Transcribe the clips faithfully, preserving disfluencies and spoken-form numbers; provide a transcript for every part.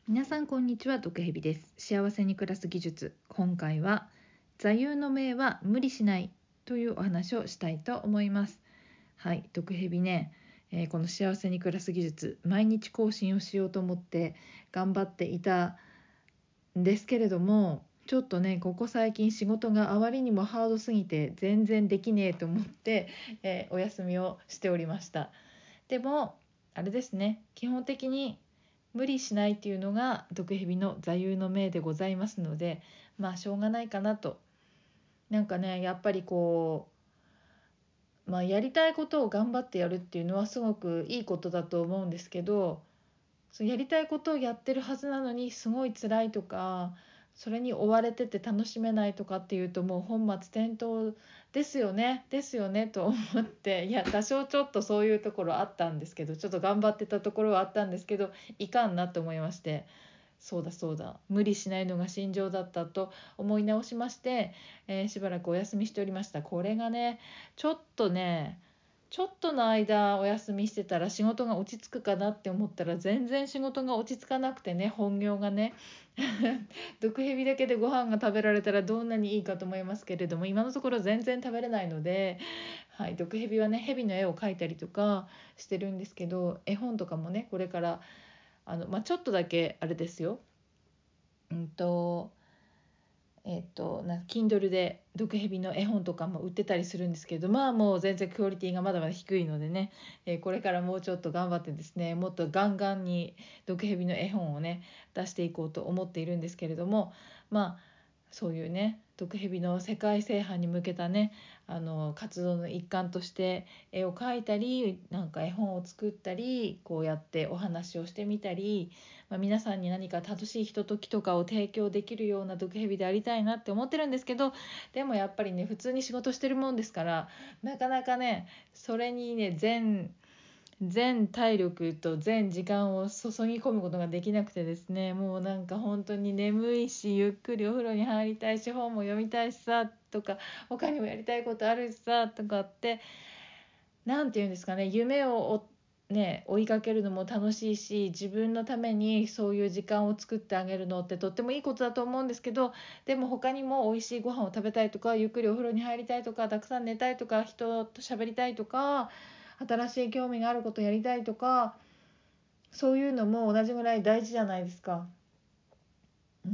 皆さんこんにちは、毒蛇です。幸せに暮らす技術。今回は座右の銘は無理しないというお話をしたいと思います。はい、毒蛇ね、えーこの幸せに暮らす技術、毎日更新をしようと思って頑張っていたんですけれども、ちょっとねここ最近仕事があまりにもハードすぎて全然できねえと思って、えーお休みをしておりました。でもあれですね、基本的に無理しないっていうのが毒蛇の座右の銘でございますので、まあしょうがないかなと。なんかね、やっぱりこう、まあ、やりたいことを頑張ってやるっていうのはすごくいいことだと思うんですけど、そうやりたいことをやってるはずなのにすごい辛いとか、それに追われてて楽しめないとかっていうと、もう本末転倒ですよねですよねと思って、いや多少ちょっとそういうところあったんですけど、ちょっと頑張ってたところはあったんですけど、いかんなと思いまして、そうだそうだ、無理しないのが信条だったと思い直しまして、えーしばらくお休みしておりました。これがね、ちょっとねちょっとの間お休みしてたら仕事が落ち着くかなって思ったら、全然仕事が落ち着かなくてね、本業がね毒蛇だけでご飯が食べられたらどんなにいいかと思いますけれども、今のところ全然食べれないので、はい、毒蛇はね蛇の絵を描いたりとかしてるんですけど、絵本とかもねこれからあの、まあ、ちょっとだけあれですよ、うんとえっと、な Kindle で毒蛇の絵本とかも売ってたりするんですけど、まあもう全然クオリティがまだまだ低いのでね、えーこれからもうちょっと頑張ってですね、もっとガンガンに毒蛇の絵本をね出していこうと思っているんですけれども、まあそういうね毒蛇の世界制覇に向けたねあの活動の一環として絵を描いたり、なんか絵本を作ったり、こうやってお話をしてみたり、まあ、皆さんに何か楽しいひとときとかを提供できるような毒蛇でありたいなって思ってるんですけど、でもやっぱりね普通に仕事してるもんですから、なかなかねそれにね全全体力と全時間を注ぎ込むことができなくてですね、もうなんか本当に眠いし、ゆっくりお風呂に入りたいし、本も読みたいしさとか、他にもやりたいことあるしさとかって、なんていうんですかね、夢をね、追いかけるのも楽しいし、自分のためにそういう時間を作ってあげるのってとってもいいことだと思うんですけど、でも他にも美味しいご飯を食べたいとか、ゆっくりお風呂に入りたいとか、たくさん寝たいとか、人と喋りたいとか、新しい興味があることをやりたいとか、そういうのも同じぐらい大事じゃないですか。うん、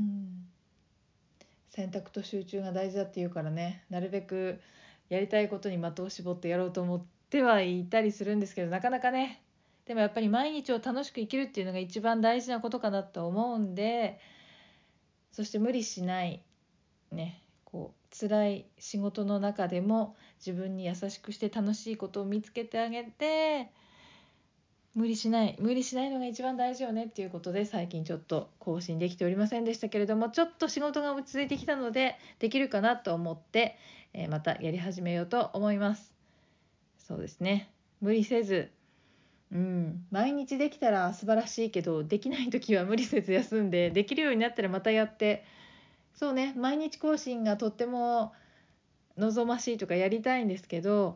選択と集中が大事だっていうからね、なるべくやりたいことに的を絞ってやろうと思ってはいたりするんですけど、なかなかね、でもやっぱり毎日を楽しく生きるっていうのが一番大事なことかなと思うんで、そして無理しないね、こう辛い仕事の中でも自分に優しくして楽しいことを見つけてあげて、無理しない無理しないのが一番大事よねっていうことで、最近ちょっと更新できておりませんでしたけれども、ちょっと仕事が落ち着いてきたのでできるかなと思って、えーまたやり始めようと思います。そうですね、無理せず、うん、毎日できたら素晴らしいけど、できない時は無理せず休んで、できるようになったらまたやって、そうね、毎日更新がとっても望ましいとかやりたいんですけど、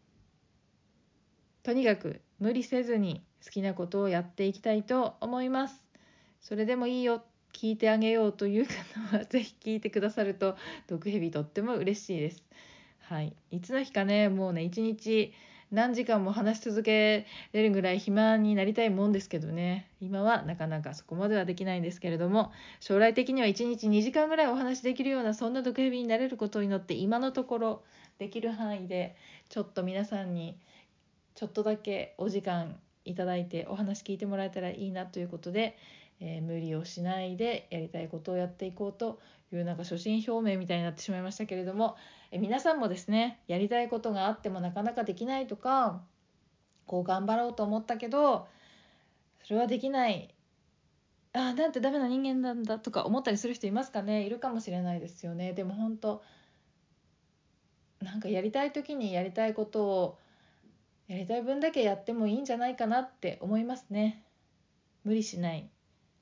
とにかく無理せずに好きなことをやっていきたいと思います。それでもいいよ、聞いてあげようという方はぜひ聞いてくださると毒蛇とっても嬉しいです。はい、いつの日かね、もうね一日何時間も話し続けれるぐらい暇になりたいもんですけどね、今はなかなかそこまではできないんですけれども、将来的にはいちにちにじかんぐらいお話しできるような、そんな毒蛇になれることを祈って、今のところできる範囲でちょっと皆さんにちょっとだけお時間いただいてお話聞いてもらえたらいいなということで、えー無理をしないでやりたいことをやっていこうという、なんか所信表明みたいになってしまいましたけれども、えー皆さんもですね、やりたいことがあってもなかなかできないとか、こう頑張ろうと思ったけどそれはできない、あーなんてダメな人間なんだとか思ったりする人いますかね。いるかもしれないですよね。でも本当なんかやりたい時にやりたいことをやりたい分だけやってもいいんじゃないかなって思いますね。無理しない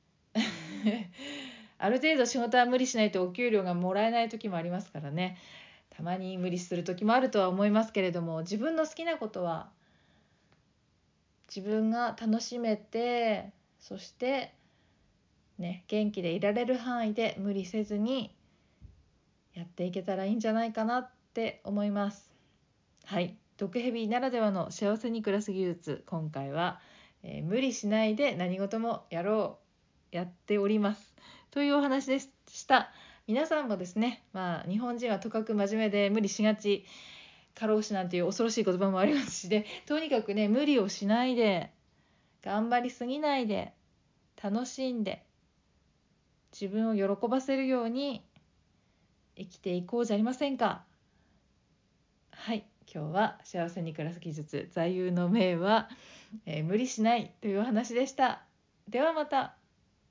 ある程度仕事は無理しないとお給料がもらえない時もありますからね。たまに無理する時もあるとは思いますけれども、自分の好きなことは自分が楽しめて、そしてね、元気でいられる範囲で無理せずにやっていけたらいいんじゃないかなって思います。はい、毒蛇ならではの幸せに暮らす技術、今回は、えー、無理しないで何事もやろうやっておりますというお話でした。皆さんもですね、まあ、日本人はとかく真面目で無理しがち、過労死なんていう恐ろしい言葉もありますしで、とにかくね無理をしないで、頑張りすぎないで、楽しんで自分を喜ばせるように生きていこうじゃありませんか。はい、今日は幸せに暮らす技術座右の銘は、えー、無理しないというお話でした。ではまた。